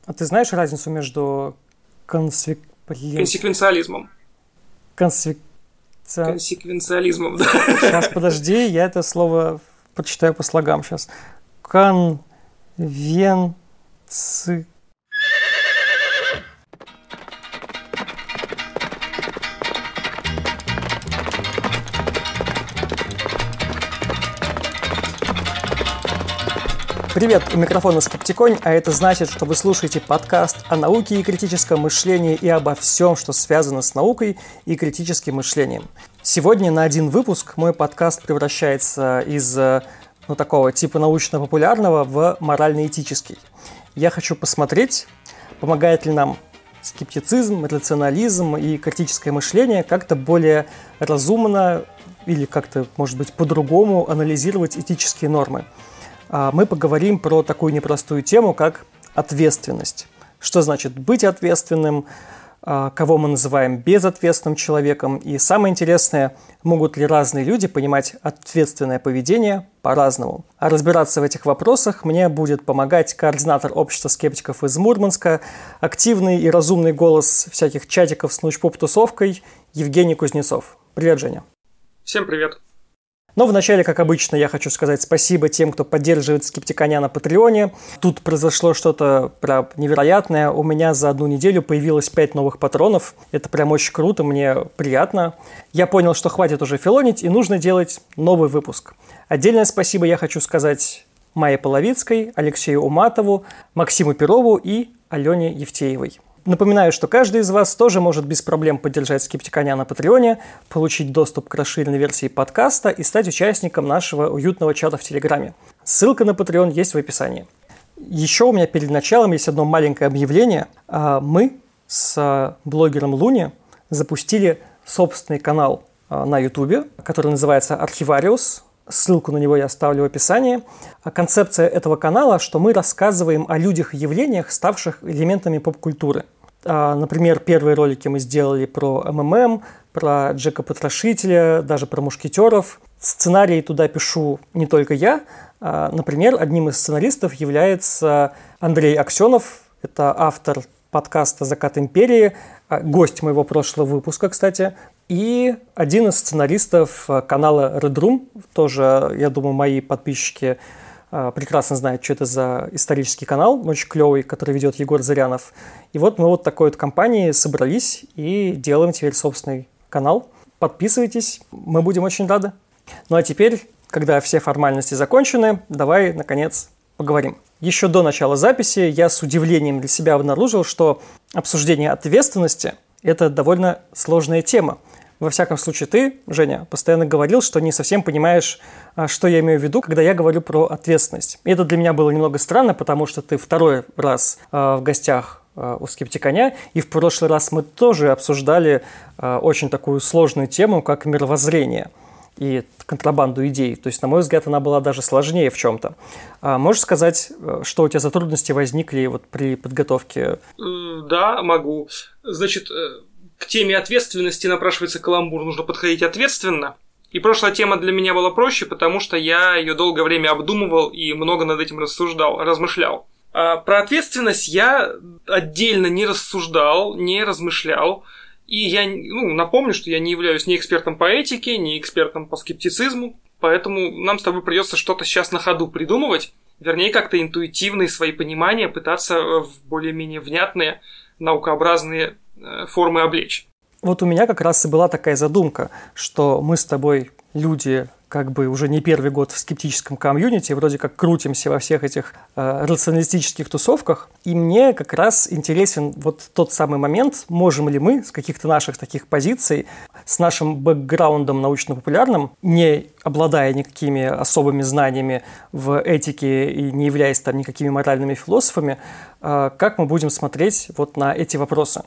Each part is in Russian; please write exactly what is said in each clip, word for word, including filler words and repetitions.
А ты знаешь разницу между консек... консеквенциализмом? Консек... Консеквенциализмом, да. Сейчас, подожди, я это слово прочитаю по слогам сейчас. Конвенци... Привет, у микрофона Скептиконь, а это значит, что вы слушаете подкаст о науке и критическом мышлении и обо всем, что связано с наукой и критическим мышлением. Сегодня на один выпуск мой подкаст превращается из ну, такого типа научно-популярного в морально-этический. Я хочу посмотреть, помогает ли нам скептицизм, рационализм и критическое мышление как-то более разумно или как-то, может быть, по-другому анализировать этические нормы. Мы поговорим про такую непростую тему, как ответственность. Что значит быть ответственным, кого мы называем безответственным человеком. И самое интересное, могут ли разные люди понимать ответственное поведение по-разному. А разбираться в этих вопросах мне будет помогать координатор общества скептиков из Мурманска, активный и разумный голос всяких чатиков с научпоп-тусовкой Евгений Кузнецов. Привет, Женя. Всем привет. Но вначале, как обычно, я хочу сказать спасибо тем, кто поддерживает Скептиконя на Патреоне. Тут произошло что-то прям невероятное. У меня за одну неделю появилось пять новых патронов. Это прям очень круто, мне приятно. Я понял, что хватит уже филонить и нужно делать новый выпуск. Отдельное спасибо я хочу сказать Майе Половицкой, Алексею Уматову, Максиму Перову и Алене Евтеевой. Напоминаю, что каждый из вас тоже может без проблем поддержать Скептиконя на Патреоне, получить доступ к расширенной версии подкаста и стать участником нашего уютного чата в Телеграме. Ссылка на Patreon есть в описании. Еще у меня перед началом есть одно маленькое объявление. Мы с блогером Луни запустили собственный канал на Ютубе, который называется «Архивариус». Ссылку на него я оставлю в описании. Концепция этого канала, что мы рассказываем о людях и явлениях, ставших элементами поп-культуры. Например, первые ролики мы сделали про эм эм эм, про Джека Потрошителя, даже про мушкетеров. Сценарии туда пишу не только я. Например, одним из сценаристов является Андрей Аксенов. Это автор подкаста «Закат империи», гость моего прошлого выпуска, кстати. И один из сценаристов канала Red Room, тоже, я думаю, мои подписчики прекрасно знают, что это за исторический канал, очень клевый, который ведет Егор Зырянов. И вот мы вот такой вот компанией собрались и делаем теперь собственный канал. Подписывайтесь, мы будем очень рады. Ну а теперь, когда все формальности закончены, давай, наконец, поговорим. Еще до начала записи я с удивлением для себя обнаружил, что обсуждение ответственности – это довольно сложная тема. Во всяком случае, ты, Женя, постоянно говорил, что не совсем понимаешь, что я имею в виду, когда я говорю про ответственность. И это для меня было немного странно, потому что ты второй раз в гостях у Скептиконя, и в прошлый раз мы тоже обсуждали очень такую сложную тему, как мировоззрение и контрабанду идей. То есть, на мой взгляд, она была даже сложнее в чем-то. Можешь сказать, что у тебя за трудности возникли вот при подготовке? Да, могу. Значит, к теме ответственности напрашивается каламбур, нужно подходить ответственно. И прошлая тема для меня была проще, потому что я ее долгое время обдумывал и много над этим рассуждал, размышлял. А про ответственность я отдельно не рассуждал, не размышлял. И я ну, напомню, что я не являюсь ни экспертом по этике, ни экспертом по скептицизму, поэтому нам с тобой придется что-то сейчас на ходу придумывать, вернее, как-то интуитивные свои понимания пытаться в более-менее внятные, наукообразные формы облечь. Вот у меня как раз и была такая задумка, что мы с тобой люди как бы уже не первый год в скептическом комьюнити, вроде как крутимся во всех этих э, рационалистических тусовках, и мне как раз интересен вот тот самый момент, можем ли мы с каких-то наших таких позиций, с нашим бэкграундом научно-популярным, не обладая никакими особыми знаниями в этике и не являясь там никакими моральными философами, э, как мы будем смотреть вот на эти вопросы.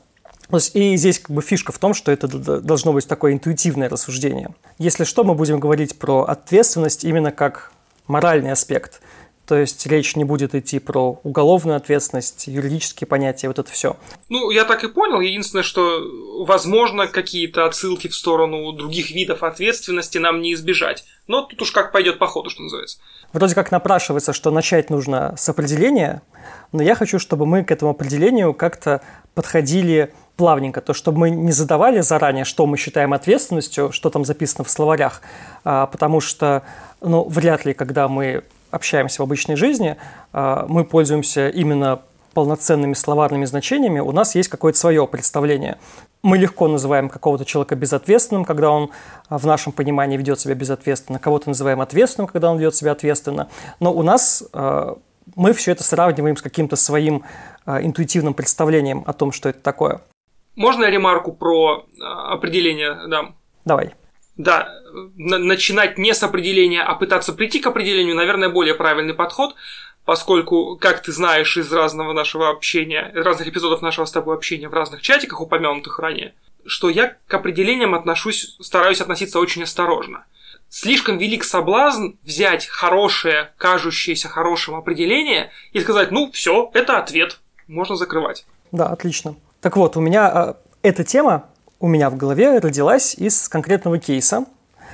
И здесь как бы фишка в том, что это должно быть такое интуитивное рассуждение. Если что, мы будем говорить про ответственность именно как моральный аспект. То есть речь не будет идти про уголовную ответственность, юридические понятия, вот это все. Ну, я так и понял. Единственное, что, возможно, какие-то отсылки в сторону других видов ответственности нам не избежать. Но тут уж как пойдет по ходу, что называется. Вроде как напрашивается, что начать нужно с определения, но я хочу, чтобы мы к этому определению как-то подходили плавненько, то чтобы мы не задавали заранее, что мы считаем ответственностью, что там записано в словарях, а, потому что, ну, вряд ли, когда мы общаемся в обычной жизни, а, мы пользуемся именно полноценными словарными значениями, у нас есть какое-то свое представление. Мы легко называем какого-то человека безответственным, когда он в нашем понимании ведет себя безответственно, кого-то называем ответственным, когда он ведет себя ответственно, но у нас а, мы все это сравниваем с каким-то своим а, интуитивным представлением о том, что это такое. Можно я ремарку про определение дам? Давай. Да, на- начинать не с определения, а пытаться прийти к определению, наверное, более правильный подход, поскольку, как ты знаешь из разного нашего общения, из разных эпизодов нашего с тобой общения в разных чатиках, упомянутых ранее, что я к определениям отношусь, стараюсь относиться очень осторожно. Слишком велик соблазн взять хорошее, кажущееся хорошим определение и сказать, ну, все, это ответ, можно закрывать. Да, отлично. Так вот, у меня э, эта тема у меня в голове родилась из конкретного кейса,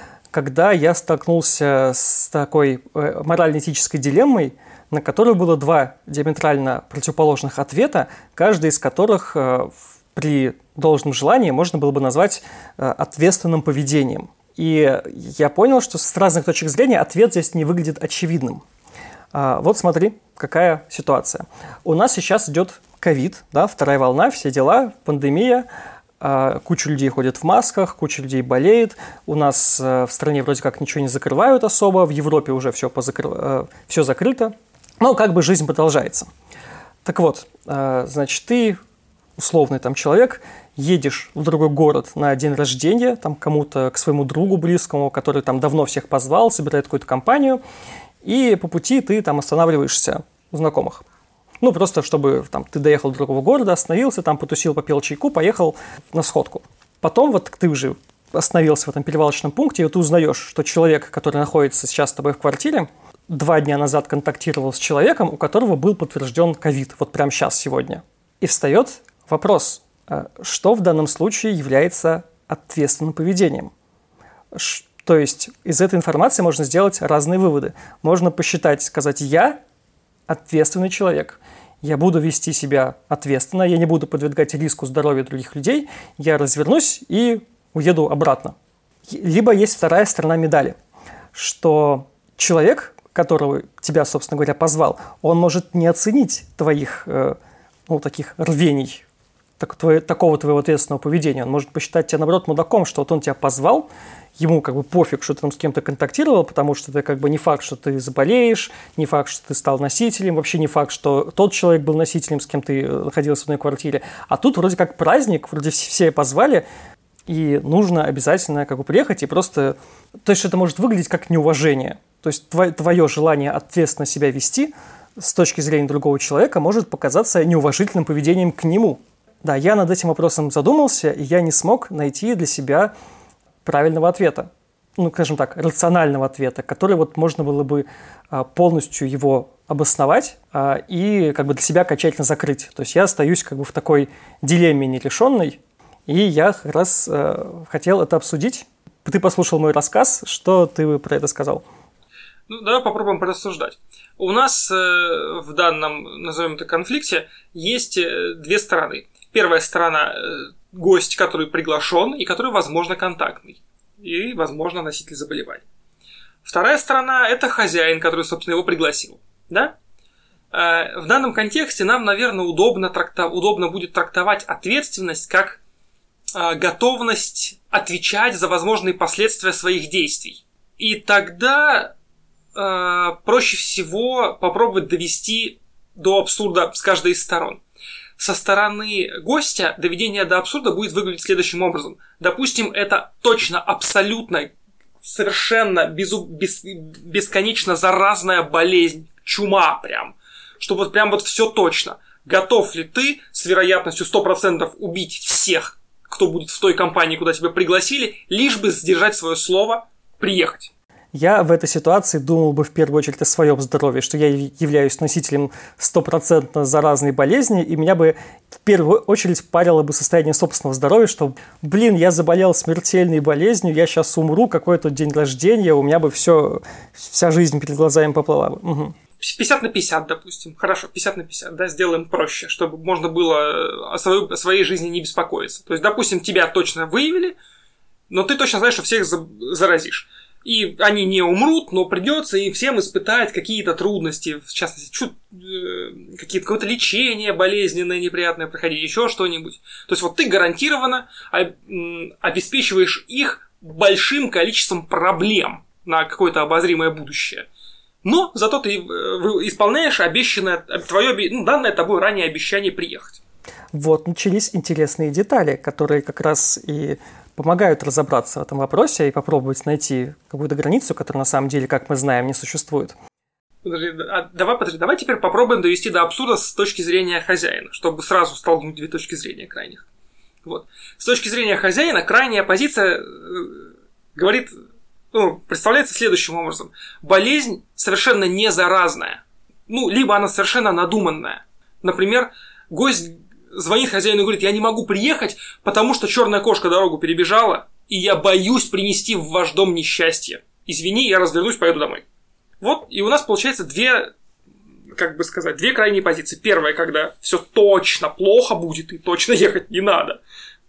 когда я столкнулся с такой э, морально-этической дилеммой, на которую было два диаметрально противоположных ответа, каждый из которых э, при должном желании можно было бы назвать э, ответственным поведением. И я понял, что с разных точек зрения ответ здесь не выглядит очевидным. А, вот смотри, какая ситуация. У нас сейчас идет ковид, да, вторая волна, все дела, пандемия, а, куча людей ходит в масках, куча людей болеет, у нас а, в стране вроде как ничего не закрывают особо, в Европе уже все, позакры... а, все закрыто, но как бы жизнь продолжается. Так вот, а, значит, ты, условный там человек, едешь в другой город на день рождения, там кому-то, к своему другу близкому, который там давно всех позвал, собирает какую-то компанию, и по пути ты там останавливаешься у знакомых. Ну, просто чтобы там, ты доехал до другого города, остановился, там потусил, попил чайку, поехал на сходку. Потом вот ты уже остановился в этом перевалочном пункте, и вот ты узнаешь, что человек, который находится сейчас с тобой в квартире, два дня назад контактировал с человеком, у которого был подтвержден ковид, вот прямо сейчас, сегодня. И встает вопрос, что в данном случае является ответственным поведением? То есть из этой информации можно сделать разные выводы. Можно посчитать, сказать, я ответственный человек, я буду вести себя ответственно, я не буду подвергать риску здоровья других людей, я развернусь и уеду обратно. Либо есть вторая сторона медали, что человек, которого тебя, собственно говоря, позвал, он может не оценить твоих, ну, таких рвений, так, твое, такого твоего ответственного поведения. Он может посчитать тебя, наоборот, мудаком, что вот он тебя позвал, ему как бы пофиг, что ты там с кем-то контактировал, потому что это как бы не факт, что ты заболеешь, не факт, что ты стал носителем, вообще не факт, что тот человек был носителем, с кем ты находился в одной квартире. А тут вроде как праздник, вроде все позвали, и нужно обязательно как бы приехать и просто... То есть это может выглядеть как неуважение. То есть твое, твое желание ответственно себя вести с точки зрения другого человека может показаться неуважительным поведением к нему. Да, я над этим вопросом задумался, и я не смог найти для себя правильного ответа. Ну, скажем так, рационального ответа, который вот можно было бы а, полностью его обосновать а, и как бы для себя окончательно закрыть. То есть я остаюсь как бы в такой дилемме нерешенной, и я как раз а, хотел это обсудить. Ты послушал мой рассказ, что ты про это сказал? Ну, давай попробуем порассуждать. У нас э, в данном, назовем это, конфликте есть э, две стороны. Первая сторона э, – гость, который приглашен и который, возможно, контактный. И, возможно, носитель заболеваний. Вторая сторона – это хозяин, который, собственно, его пригласил. Да? Э, в данном контексте нам, наверное, удобно, тракто... удобно будет трактовать ответственность как э, готовность отвечать за возможные последствия своих действий. И тогда э, проще всего попробовать довести до абсурда с каждой из сторон. Со стороны гостя доведение до абсурда будет выглядеть следующим образом. Допустим, это точно, абсолютно, совершенно безу- бес- бесконечно заразная болезнь, чума прям. Что вот прям вот все точно. Готов ли ты с вероятностью сто процентов убить всех, кто будет в той компании, куда тебя пригласили, лишь бы сдержать свое слово, приехать? я в этой ситуации думал бы в первую очередь о своем здоровье, что я являюсь носителем стопроцентно заразной болезни, и меня бы в первую очередь парило бы состояние собственного здоровья, что, блин, я заболел смертельной болезнью, я сейчас умру, какой тут день рождения, у меня бы все, вся жизнь перед глазами поплыла бы. Угу. пятьдесят на пятьдесят, допустим. Хорошо, пятьдесят на пятьдесят, да, сделаем проще, чтобы можно было о своей, о своей жизни не беспокоиться. То есть, допустим, тебя точно выявили, но ты точно знаешь, что всех заразишь. И они не умрут, но придется им всем испытать какие-то трудности, в частности, чуть, э, какие-то, какое-то лечение болезненное, неприятное проходить, еще что-нибудь. То есть, вот ты гарантированно обеспечиваешь их большим количеством проблем на какое-то обозримое будущее. Но зато ты исполняешь обещанное, твое, ну, данное тобой ранее обещание приехать. Вот, начались интересные детали, которые как раз и помогают разобраться в этом вопросе и попробовать найти какую-то границу, которая на самом деле, как мы знаем, не существует. Подожди, а, давай, подожди, давай теперь попробуем довести до абсурда с точки зрения хозяина, чтобы сразу столкнуть две точки зрения крайних. Вот. С точки зрения хозяина крайняя позиция э, говорит, ну, представляется следующим образом. Болезнь совершенно не заразная. Ну, либо она совершенно надуманная. Например, гость звонит хозяину и говорит: я не могу приехать, потому что черная кошка дорогу перебежала, и я боюсь принести в ваш дом несчастье. Извини, я развернусь, поеду домой. Вот, и у нас получается две, как бы сказать, две крайние позиции. Первая, когда все точно плохо будет, и точно ехать не надо.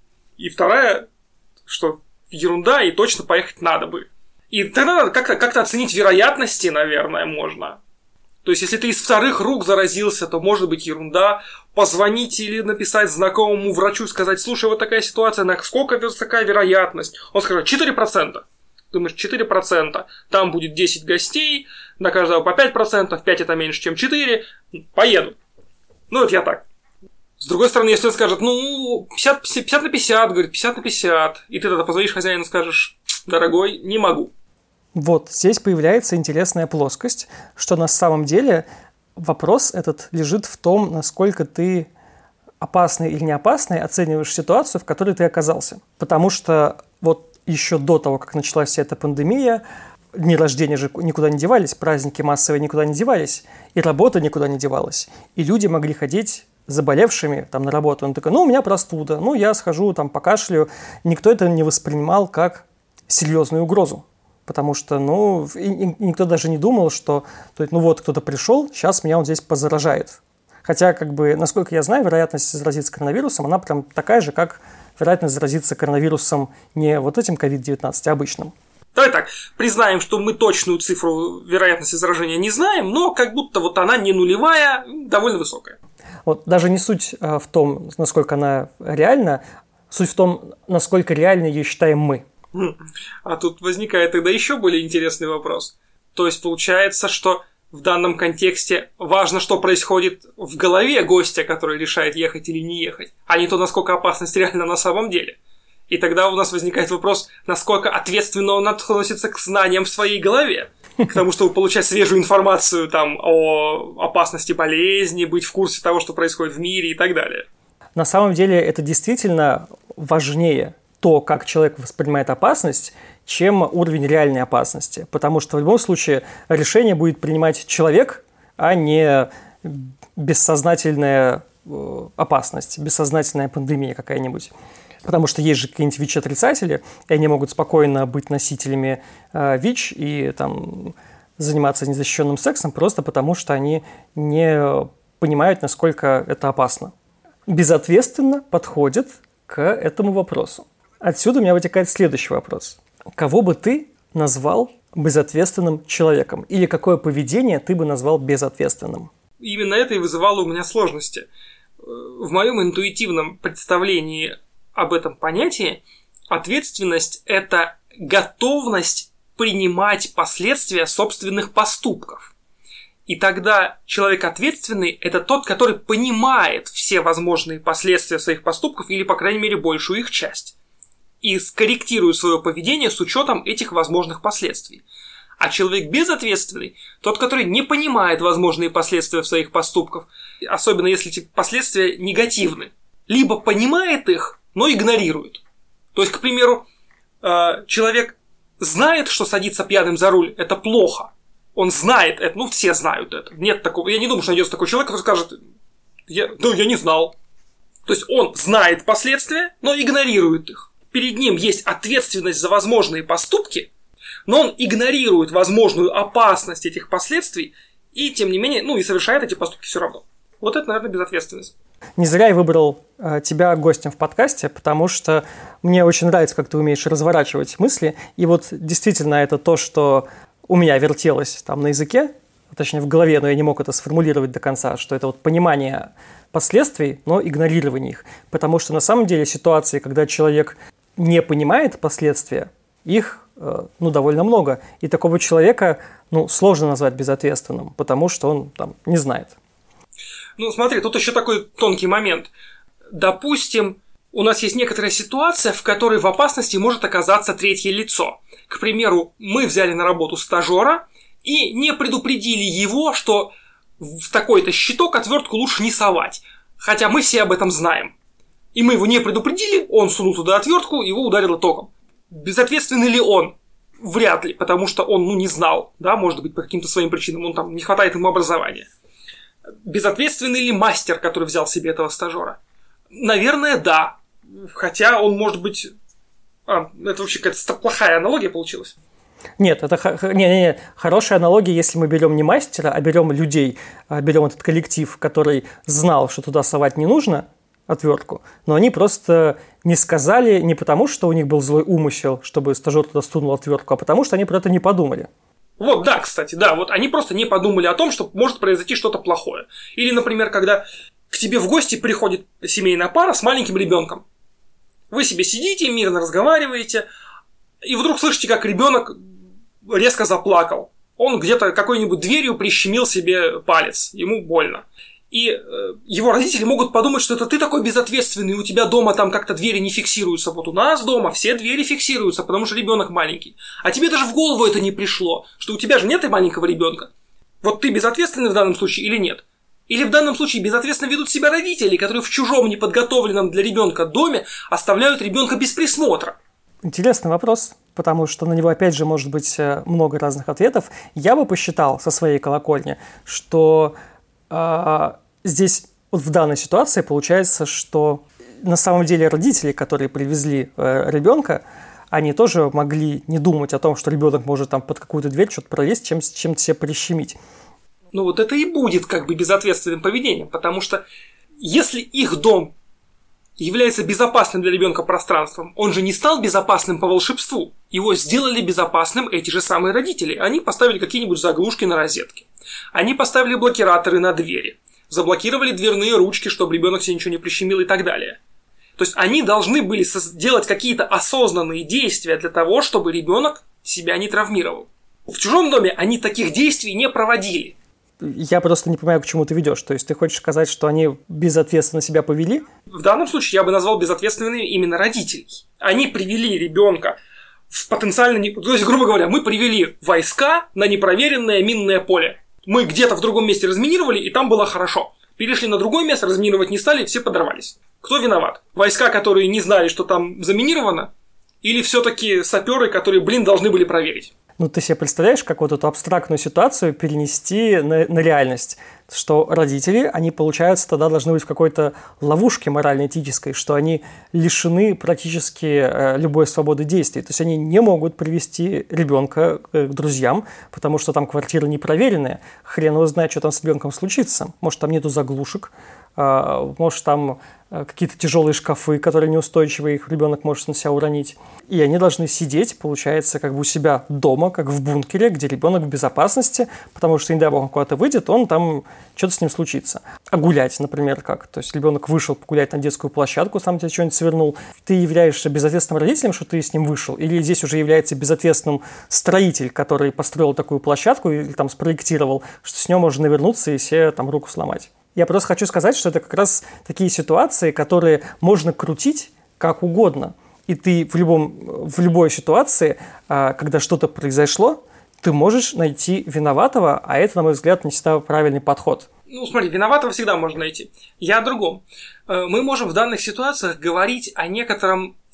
И вторая, что ерунда, и точно поехать надо бы. И тогда надо как-то, как-то оценить вероятности, наверное, можно. То есть, если ты из вторых рук заразился, то может быть ерунда. Позвонить или написать знакомому врачу, сказать: слушай, вот такая ситуация, насколько высока вероятность? Он скажет: четыре процента. Думаешь, четыре процента. Там будет десять гостей, на каждого по пять процентов, пять это меньше, чем четыре. Поеду. Ну, это я так. С другой стороны, если он скажет: ну, пятьдесят, пятьдесят на пятьдесят, говорит, пятьдесят на пятьдесят, и ты тогда позвонишь хозяину и скажешь: дорогой, не могу. Вот здесь появляется интересная плоскость, что на самом деле вопрос этот лежит в том, насколько ты опасный или не опасный оцениваешь ситуацию, в которой ты оказался. Потому что вот еще до того, как началась вся эта пандемия, дни рождения же никуда не девались, праздники массовые никуда не девались, и работа никуда не девалась. И люди могли ходить заболевшими там на работу. Он такой: ну, у меня простуда, ну, я схожу, там, покашляю. Никто это не воспринимал как серьезную угрозу. Потому что, ну, и, и никто даже не думал, что, то есть, ну вот, кто-то пришел, сейчас меня он здесь позаражает. Хотя, как бы, насколько я знаю, вероятность заразиться коронавирусом, она прям такая же, как вероятность заразиться коронавирусом не вот этим ковид девятнадцать, а обычным. Давай так, признаем, что мы точную цифру вероятности заражения не знаем, но как будто вот она не нулевая, довольно высокая. Вот даже не суть а, в том, насколько она реальна, суть в том, насколько реальной ее считаем мы. А тут возникает тогда еще более интересный вопрос. То есть получается, что в данном контексте важно, что происходит в голове гостя, который решает, ехать или не ехать, а не то, насколько опасность реально на самом деле. И тогда у нас возникает вопрос, насколько ответственно он относится к знаниям в своей голове. К тому, чтобы получать свежую информацию там, о опасности болезни, быть в курсе того, что происходит в мире и так далее. На самом деле это действительно важнее, то, как человек воспринимает опасность, чем уровень реальной опасности. Потому что в любом случае решение будет принимать человек, а не бессознательная опасность, бессознательная пандемия какая-нибудь. Потому что есть же какие-нибудь ВИЧ-отрицатели, и они могут спокойно быть носителями ВИЧ и там, заниматься незащищенным сексом просто потому, что они не понимают, насколько это опасно. Безответственно подходят к этому вопросу. Отсюда у меня вытекает следующий вопрос. Кого бы ты назвал безответственным человеком? Или какое поведение ты бы назвал безответственным? Именно это и вызывало у меня сложности. В моем интуитивном представлении об этом понятии ответственность – это готовность принимать последствия собственных поступков. И тогда человек ответственный – это тот, который понимает все возможные последствия своих поступков или, по крайней мере, большую их часть. И скорректирует свое поведение с учетом этих возможных последствий. А человек безответственный – тот, который не понимает возможные последствия своих поступков, особенно если эти последствия негативны. Либо понимает их, но игнорирует. То есть, к примеру, человек знает, что садиться пьяным за руль – это плохо. Он знает это, ну, все знают это. Нет такого, я не думаю, что найдется такой человек, который скажет, я, ну, я не знал. То есть он знает последствия, но игнорирует их. Перед ним есть ответственность за возможные поступки, но он игнорирует возможную опасность этих последствий и, тем не менее, ну, и совершает эти поступки все равно. Вот это, наверное, безответственность. Не зря я выбрал э, тебя гостем в подкасте, потому что мне очень нравится, как ты умеешь разворачивать мысли. И вот действительно это то, что у меня вертелось там на языке, точнее в голове, но я не мог это сформулировать до конца, что это вот понимание последствий, но игнорирование их. Потому что на самом деле ситуации, когда человек не понимает последствия, их э, ну, довольно много. И такого человека ну, сложно назвать безответственным, потому что он там не знает. Ну, смотри, тут еще такой тонкий момент. Допустим, у нас есть некоторая ситуация, в которой в опасности может оказаться третье лицо. К примеру, мы взяли на работу стажера и не предупредили его, что в такой-то щиток отвертку лучше не совать. Хотя мы все об этом знаем. И мы его не предупредили, он сунул туда отвертку, его ударило током. Безответственный ли он? Вряд ли, потому что он ну, не знал, да, может быть, по каким-то своим причинам, он там не хватает ему образования. Безответственный ли мастер, который взял себе этого стажера? Наверное, да. Хотя он может быть... А, это вообще какая-то плохая аналогия получилась. Нет, это не, не, не. Хорошая аналогия, если мы берем не мастера, а берем людей, а берем этот коллектив, который знал, что туда совать не нужно, отвертку, но они просто не сказали не потому, что у них был злой умысел, чтобы стажер туда сунул отвертку, а потому, что они про это не подумали. Вот, да, кстати, да, вот они просто не подумали о том, что может произойти что-то плохое. Или, например, когда к тебе в гости приходит семейная пара с маленьким ребенком. Вы себе сидите, мирно разговариваете, и вдруг слышите, как ребенок резко заплакал. Он где-то какой-нибудь дверью прищемил себе палец, ему больно. И э, его родители могут подумать, что это ты такой безответственный, у тебя дома там как-то двери не фиксируются. Вот у нас дома все двери фиксируются, потому что ребенок маленький. А тебе даже в голову это не пришло, что у тебя же нет и маленького ребенка. Вот ты безответственный в данном случае или нет? Или в данном случае безответственно ведут себя родители, которые в чужом неподготовленном для ребенка доме оставляют ребенка без присмотра? Интересный вопрос, потому что на него опять же может быть много разных ответов. Я бы посчитал со своей колокольни, что э, здесь вот в данной ситуации получается, что на самом деле родители, которые привезли э, ребенка, они тоже могли не думать о том, что ребенок может там под какую-то дверь что-то пролезть, чем, чем-то себя прищемить. Ну вот это и будет как бы безответственным поведением, потому что если их дом является безопасным для ребенка пространством, он же не стал безопасным по волшебству. Его сделали безопасным эти же самые родители. Они поставили какие-нибудь заглушки на розетки. Они поставили блокираторы на двери. Заблокировали дверные ручки, чтобы ребенок себе ничего не прищемил и так далее. То есть они должны были делать какие-то осознанные действия для того, чтобы ребенок себя не травмировал. В чужом доме они таких действий не проводили. Я просто не понимаю, к чему ты ведешь. То есть ты хочешь сказать, что они безответственно себя повели? В данном случае я бы назвал безответственными именно родителей. Они привели ребенка в потенциально... Не... То есть, грубо говоря, мы привели войска на непроверенное минное поле. Мы где-то в другом месте разминировали, и там было хорошо. Перешли на другое место, разминировать не стали, все подорвались. Кто виноват? Войска, которые не знали, что там заминировано? Или все-таки саперы, которые, блин, должны были проверить? Ну, ты себе представляешь, как вот эту абстрактную ситуацию перенести на, на реальность? Что родители, они, получается, тогда должны быть в какой-то ловушке морально-этической, что они лишены практически э, любой свободы действий. То есть они не могут привести ребенка к друзьям, потому что там квартира непроверенная. Хрен его знает, что там с ребенком случится. Может, там нету заглушек, э, может, там э, какие-то тяжелые шкафы, которые неустойчивые, их ребенок может на себя уронить. И они должны сидеть, получается, как бы у себя дома, как в бункере, где ребенок в безопасности, потому что, не дай бог, он куда-то выйдет, он там что-то с ним случится. А гулять, например, как? То есть ребенок вышел погулять на детскую площадку, сам тебе что-нибудь свернул. Ты являешься безответственным родителем, что ты с ним вышел? Или здесь уже является безответственным строитель, который построил такую площадку или там спроектировал, что с него можно навернуться и себе там руку сломать? Я просто хочу сказать, что это как раз такие ситуации, которые можно крутить как угодно. И ты в, любом, в любой ситуации, когда что-то произошло, ты можешь найти виноватого, а это, на мой взгляд, не всегда правильный подход. Ну, смотри, виноватого всегда можно найти. Я о другом. Мы можем в данных ситуациях говорить о некотором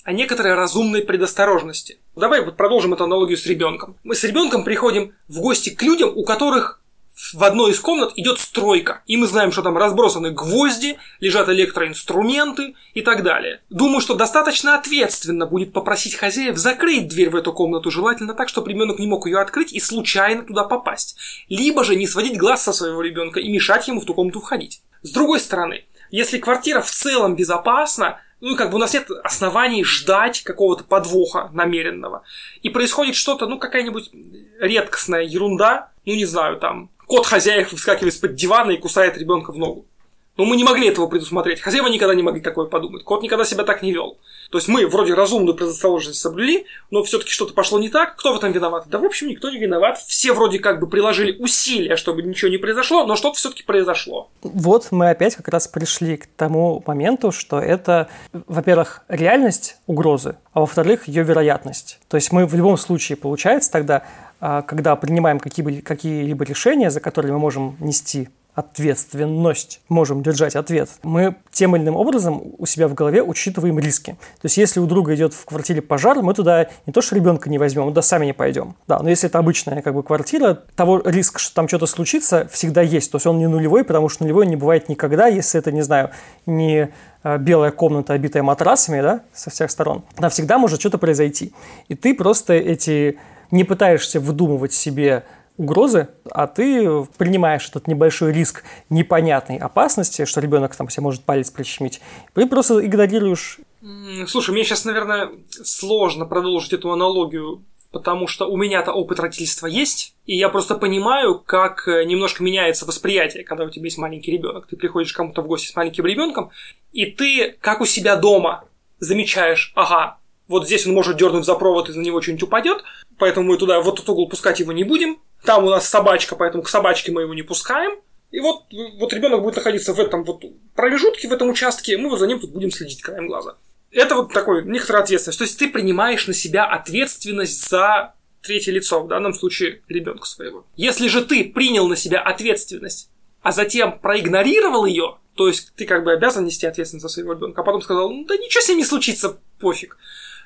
о некоторой разумной предосторожности. Давай вот продолжим эту аналогию с ребенком. Мы с ребенком приходим в гости к людям, у которых в одной из комнат идет стройка. И мы знаем, что там разбросаны гвозди, лежат электроинструменты и так далее. Думаю, что достаточно ответственно будет попросить хозяев закрыть дверь в эту комнату, желательно так, чтобы ребенок не мог ее открыть и случайно туда попасть. Либо же не сводить глаз со своего ребенка и мешать ему в ту комнату входить. С другой стороны, если квартира в целом безопасна, ну, как бы у нас нет оснований ждать какого-то подвоха намеренного. И происходит что-то, ну, какая-нибудь редкостная ерунда, ну, не знаю, там, кот хозяев выскакивает из-под дивана и кусает ребенка в ногу. Но мы не могли этого предусмотреть. Хозяева никогда не могли такое подумать. Кот никогда себя так не вел. То есть мы вроде разумную предосторожность соблюли, но все-таки что-то пошло не так. Кто в этом виноват? Да, в общем, никто не виноват. Все вроде как бы приложили усилия, чтобы ничего не произошло, но что-то все-таки произошло. Вот мы опять как раз пришли к тому моменту, что это, во-первых, реальность угрозы, а во-вторых, ее вероятность. То есть мы в любом случае, получается, тогда, когда принимаем какие-либо решения, за которые мы можем нести ответственность, можем держать ответ, мы тем или иным образом у себя в голове учитываем риски. То есть, если у друга идет в квартире пожар, мы туда не то что ребенка не возьмем, мы туда сами не пойдем. Да, но если это обычная как бы квартира, того риск, что там что-то случится, всегда есть. То есть, он не нулевой, потому что нулевой не бывает никогда, если это, не знаю, не белая комната, обитая матрасами, да, со всех сторон. Там всегда может что-то произойти. И ты просто эти не пытаешься выдумывать себе угрозы, а ты принимаешь этот небольшой риск непонятной опасности, что ребенок там себе может палец прищемить, и просто игнорируешь. Слушай, мне сейчас, наверное, сложно продолжить эту аналогию, потому что у меня-то опыт родительства есть, и я просто понимаю, как немножко меняется восприятие, когда у тебя есть маленький ребенок. Ты приходишь к кому-то в гости с маленьким ребенком, и ты, как у себя дома, замечаешь, ага, вот здесь он может дернуть за провод, и на него что-нибудь упадет, поэтому мы туда, в этот угол пускать его не будем. Там у нас собачка, поэтому к собачке мы его не пускаем. И вот, вот ребенок будет находиться в этом вот промежутке, в этом участке, мы вот за ним тут будем следить краем глаза. Это вот такой некоторая ответственность. То есть ты принимаешь на себя ответственность за третье лицо, в данном случае ребенка своего. Если же ты принял на себя ответственность, а затем проигнорировал ее, то есть ты как бы обязан нести ответственность за своего ребенка, а потом сказал, ну да ничего с ним не случится, пофиг.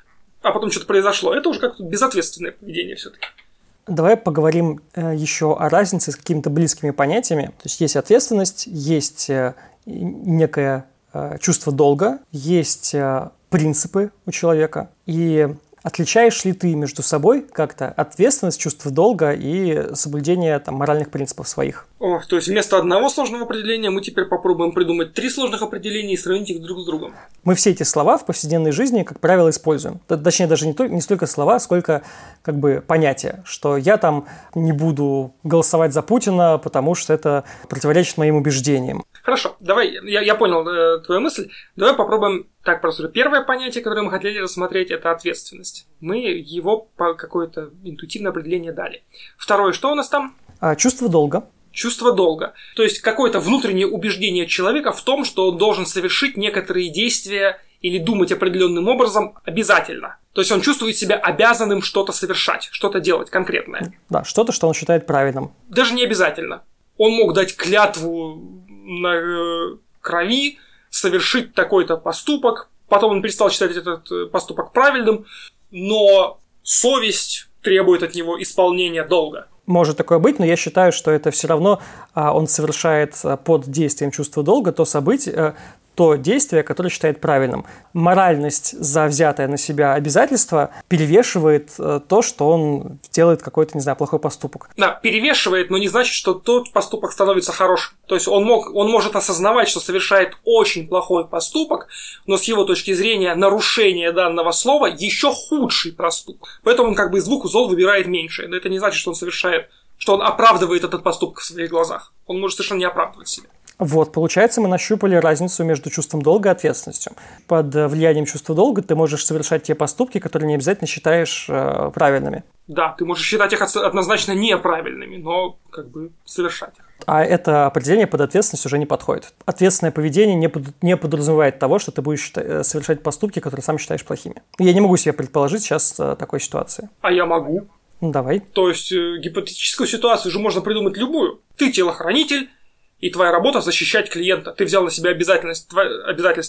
А потом что-то произошло. Это уже как-то безответственное поведение все-таки. Давай поговорим э, еще о разнице с какими-то близкими понятиями. То есть есть ответственность, есть э, некое э, чувство долга, есть э, принципы у человека. И отличаешь ли ты между собой как-то ответственность, чувство долга и соблюдение там, моральных принципов своих? О, то есть вместо одного сложного определения мы теперь попробуем придумать три сложных определения и сравнить их друг с другом. Мы все эти слова в повседневной жизни, как правило, используем. Точнее, даже не, то, не столько слова, сколько как бы понятия, что я там не буду голосовать за Путина, потому что это противоречит моим убеждениям. Хорошо, давай, я, я понял э, твою мысль. Давай попробуем так просто. Первое понятие, которое мы хотели рассмотреть, это ответственность. Мы его по какое-то интуитивное определение дали. Второе, что у нас там? А, чувство долга. Чувство долга. То есть какое-то внутреннее убеждение человека в том, что он должен совершить некоторые действия или думать определенным образом обязательно. То есть он чувствует себя обязанным что-то совершать, что-то делать конкретное. Да, что-то, что он считает правильным. Даже не обязательно. Он мог дать клятву на э, крови, совершить такой-то поступок, потом он перестал считать этот поступок правильным, но совесть требует от него исполнения долга. Может такое быть, но я считаю, что это все равно а, он совершает а, под действием чувства долга то событие, а, то действие, которое считает правильным. Моральность за взятое на себя обязательство перевешивает а, то, что он делает какой-то, не знаю, плохой поступок. Да, перевешивает, но не значит, что тот поступок становится хорошим. То есть он, мог, он может осознавать, что совершает очень плохой поступок, но с его точки зрения нарушение данного слова еще худший проступок. Поэтому он как бы из двух зол выбирает меньшее. Но это не значит, что он совершает, что он оправдывает этот поступок в своих глазах. Он может совершенно не оправдывать себя. Вот, получается, мы нащупали разницу между чувством долга и ответственностью. Под влиянием чувства долга ты можешь совершать те поступки, которые не обязательно считаешь э, правильными. Да, ты можешь считать их однозначно неправильными, но как бы совершать их. А это определение под ответственность уже не подходит. Ответственное поведение не, под, не подразумевает того, что ты будешь считать, совершать поступки, которые сам считаешь плохими. Я не могу себе предположить сейчас э, такой ситуации. А я могу. Ну, давай. То есть э, гипотетическую ситуацию же можно придумать любую. Ты телохранитель, и твоя работа защищать клиента. Ты взял на себя обязательность, обязательство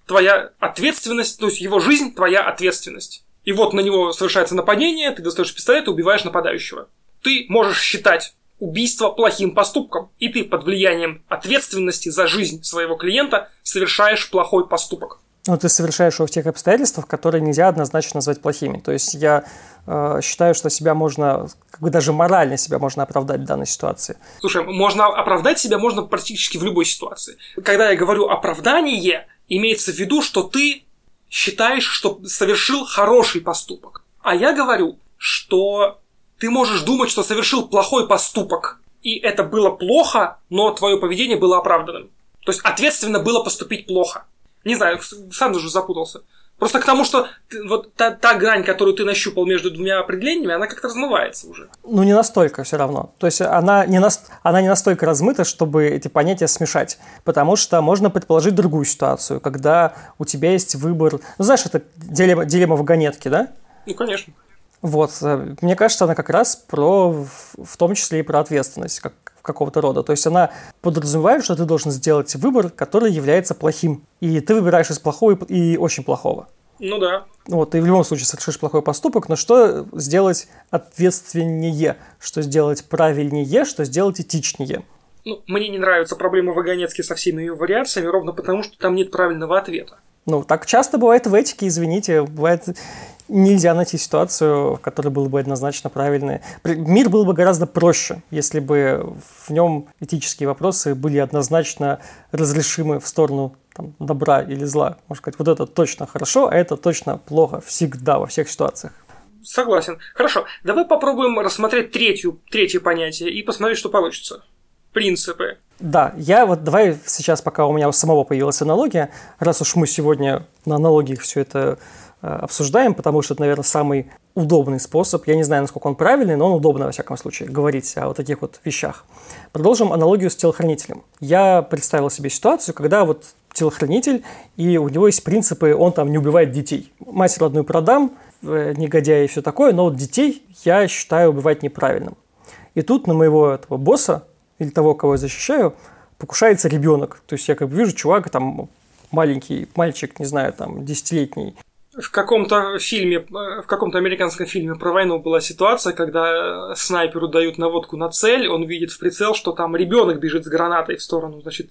твоя ответственность, то есть его жизнь – твоя ответственность. И вот на него совершается нападение, ты достаешь пистолет и убиваешь нападающего. Ты можешь считать убийство плохим поступком, и ты под влиянием ответственности за жизнь своего клиента совершаешь плохой поступок. Но ты совершаешь его в тех обстоятельствах, которые нельзя однозначно назвать плохими. То есть я э, считаю, что себя можно, как бы даже морально себя можно оправдать в данной ситуации. Слушай, можно оправдать себя можно практически в любой ситуации. Когда я говорю оправдание, имеется в виду, что ты считаешь, что совершил хороший поступок. А я говорю, что ты можешь думать, что совершил плохой поступок, и это было плохо, но твое поведение было оправданным. То есть ответственно было поступить плохо. Не знаю, сам даже запутался. Просто к тому, что ты, вот та, та грань, которую ты нащупал между двумя определениями, она как-то размывается уже. Ну, не настолько все равно. То есть она не, на, она не настолько размыта, чтобы эти понятия смешать. Потому что можно предположить другую ситуацию, когда у тебя есть выбор... Ну, знаешь, это дилемма, дилемма вагонетки, да? Ну, конечно. Вот. Мне кажется, она как раз про, в том числе и про ответственность, как какого-то рода. То есть она подразумевает, что ты должен сделать выбор, который является плохим. И ты выбираешь из плохого и очень плохого. Ну да. Вот, ты в любом случае совершишь плохой поступок, но что сделать ответственнее, что сделать правильнее, что сделать этичнее. Ну, мне не нравится проблема вагонетки со всеми ее вариациями, ровно потому, что там нет правильного ответа. Ну, так часто бывает в этике, извините, бывает... Нельзя найти ситуацию, в которой было бы однозначно правильное. Мир был бы гораздо проще, если бы в нем этические вопросы были однозначно разрешимы в сторону там, добра или зла. Можно сказать, вот это точно хорошо, а это точно плохо всегда, во всех ситуациях. Согласен. Хорошо, давай попробуем рассмотреть третью, третье понятие и посмотреть, что получится. Принципы. Да, я вот давай сейчас, пока у меня у самого появилась аналогия, раз уж мы сегодня на аналогиях все это обсуждаем, потому что это, наверное, самый удобный способ. Я не знаю, насколько он правильный, но он удобно, во всяком случае, говорить о вот таких вот вещах. Продолжим аналогию с телохранителем. Я представил себе ситуацию, когда вот телохранитель, и у него есть принципы, он там не убивает детей. Мать родную продам, негодяй и все такое, но вот детей я считаю убивать неправильным. И тут на моего этого босса, или того, кого я защищаю, покушается ребенок. То есть я как бы вижу чувака, там маленький мальчик, не знаю, там десятилетний. В каком-то фильме, в каком-то американском фильме про войну была ситуация, когда снайперу дают наводку на цель, он видит в прицел, что там ребенок бежит с гранатой в сторону, значит,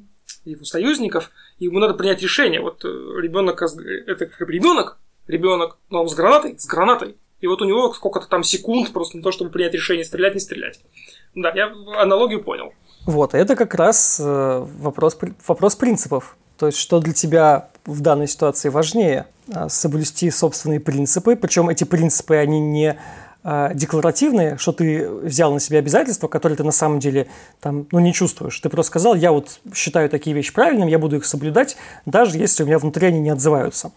его союзников, и ему надо принять решение. Вот ребенок, это как ребенок, ребенок, но он с гранатой, с гранатой. И вот у него сколько-то там секунд просто на то, чтобы принять решение, стрелять, не стрелять. Да, я аналогию понял. Вот, это как раз вопрос, вопрос принципов. То есть, что для тебя в данной ситуации важнее? Соблюсти собственные принципы, причем эти принципы, они не а, декларативные, что ты взял на себя обязательства, которые ты на самом деле там, ну, не чувствуешь. Ты просто сказал, я вот считаю такие вещи правильными, я буду их соблюдать, даже если у меня внутри они не отзываются.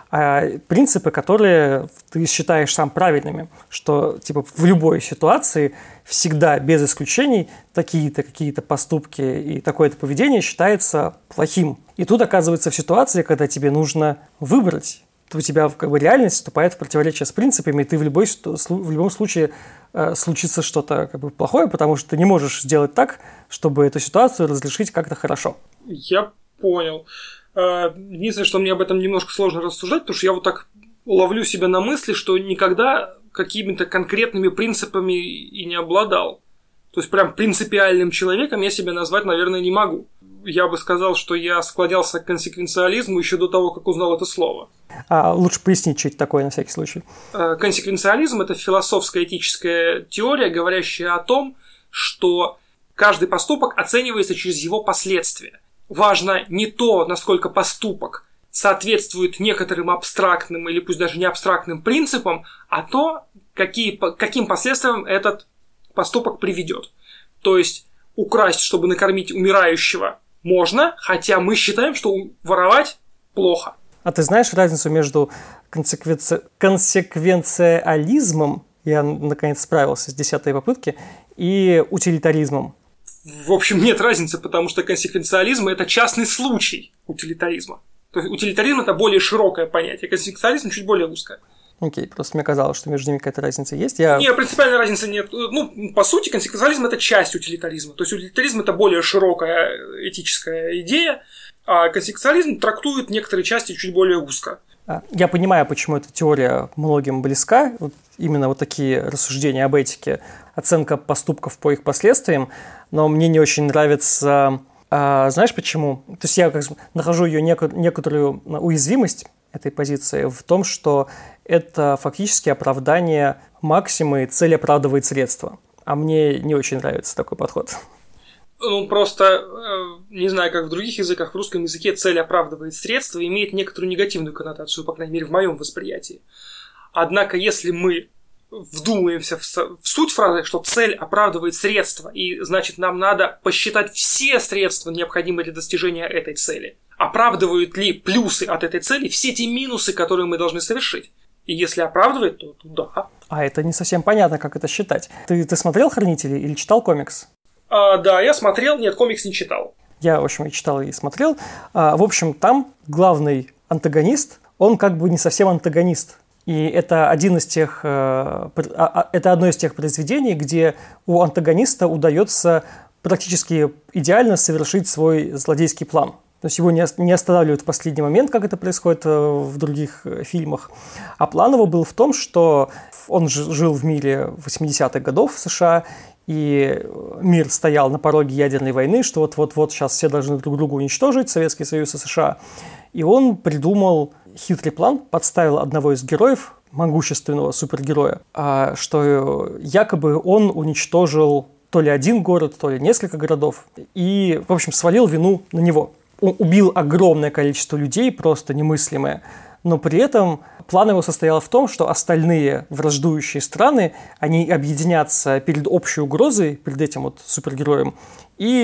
А принципы, которые ты считаешь сам правильными, что типа в любой ситуации всегда, без исключений, такие-то какие-то поступки и такое-то поведение считается плохим. И тут оказывается в ситуации, когда тебе нужно выбрать, то у тебя как бы реальность вступает в противоречие с принципами, и ты в, любой, в любом случае э, случится что-то как бы плохое, потому что ты не можешь сделать так, чтобы эту ситуацию разрешить как-то хорошо. Я понял. Единственное, что мне об этом немножко сложно рассуждать, потому что я вот так ловлю себя на мысли, что никогда какими-то конкретными принципами и не обладал. То есть прям принципиальным человеком я себя назвать, наверное, не могу. Я бы сказал, что я склонялся к консеквенциализму еще до того, как узнал это слово. А лучше пояснить, что это такое на всякий случай. Консеквенциализм – это философская этическая теория, говорящая о том, что каждый поступок оценивается через его последствия. Важно не то, насколько поступок соответствует некоторым абстрактным или пусть даже не абстрактным принципам, а то, какие, каким последствиям этот поступок приведет. То есть украсть, чтобы накормить умирающего, можно, хотя мы считаем, что воровать плохо. А ты знаешь разницу между консеквенци... консеквенциализмом, я наконец справился с десятой попытки, и утилитаризмом? В общем, нет разницы, потому что консеквенциализм – это частный случай утилитаризма. То есть утилитаризм – это более широкое понятие, консеквенциализм – чуть более узкое. Окей, просто мне казалось, что между ними какая-то разница есть. Я... Нет, принципиальной разницы нет. Ну, по сути, консеквенциализм – это часть утилитаризма. То есть утилитаризм – это более широкая этическая идея, А контекстуализм трактует некоторые части чуть более узко. Я понимаю, почему эта теория многим близка. Вот именно вот такие рассуждения об этике, оценка поступков по их последствиям. Но мне не очень нравится... А, знаешь почему? То есть я как нахожу ее неко- некоторую уязвимость этой позиции в том, что это фактически оправдание максимы, цель оправдывает средства. А мне не очень нравится такой подход. Ну, просто, не знаю, как в других языках, в русском языке цель оправдывает средства и имеет некоторую негативную коннотацию, по крайней мере, в моем восприятии. Однако, если мы вдумаемся в суть фразы, что цель оправдывает средства, и, значит, нам надо посчитать все средства, необходимые для достижения этой цели. Оправдывают ли плюсы от этой цели все те минусы, которые мы должны совершить? И если оправдывает, то да. А это не совсем понятно, как это считать. Ты, ты смотрел «Хранители» или читал комикс? А, да, я смотрел, нет, комикс не читал. Я, в общем, и читал, и смотрел. А, в общем, там главный антагонист, он как бы не совсем антагонист. И это, один из тех, это одно из тех произведений, где у антагониста удается практически идеально совершить свой злодейский план. То есть его не останавливают в последний момент, как это происходит в других фильмах. А план его был в том, что он жил в мире восьмидесятых годов в США, и мир стоял на пороге ядерной войны, что вот-вот-вот сейчас все должны друг друга уничтожить, Советский Союз и США. И он придумал хитрый план, подставил одного из героев, могущественного супергероя, что якобы он уничтожил то ли один город, то ли несколько городов, и, в общем, свалил вину на него. Он убил огромное количество людей, просто немыслимое, но при этом план его состоял в том, что остальные враждующие страны, они объединятся перед общей угрозой, перед этим вот супергероем, и